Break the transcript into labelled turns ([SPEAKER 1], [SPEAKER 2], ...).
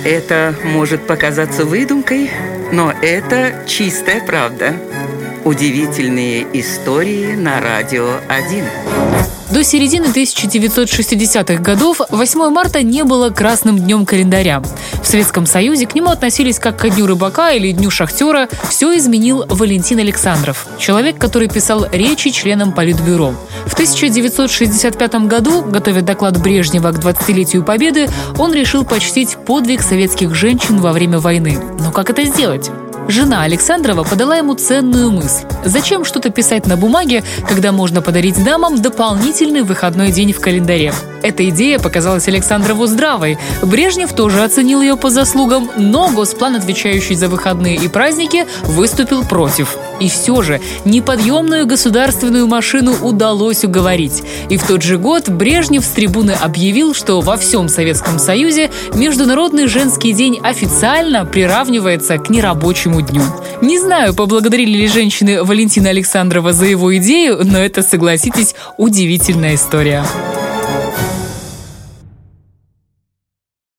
[SPEAKER 1] Это может показаться выдумкой, но это чистая правда. Удивительные истории на Радио 1.
[SPEAKER 2] До середины 1960-х годов 8 марта не было красным днем календаря. В Советском Союзе к нему относились как ко Дню рыбака или Дню шахтера. Все изменил Валентин Александров, человек, который писал речи членам Политбюро. В 1965 году, готовя доклад Брежнева к 20-летию Победы, он решил почтить подвиг советских женщин во время войны. Но как это сделать? Жена Александрова подала ему ценную мысль. Зачем что-то писать на бумаге, когда можно подарить дамам дополнительный выходной день в календаре? Эта идея показалась Александрову здравой. Брежнев тоже оценил ее по заслугам, но Госплан, отвечающий за выходные и праздники, выступил против. И все же неподъемную государственную машину удалось уговорить. И в тот же год Брежнев с трибуны объявил, что во всем Советском Союзе Международный женский день официально приравнивается к нерабочему дню. Не знаю, поблагодарили ли женщины Валентина Александрова за его идею, но это, согласитесь, удивительная история.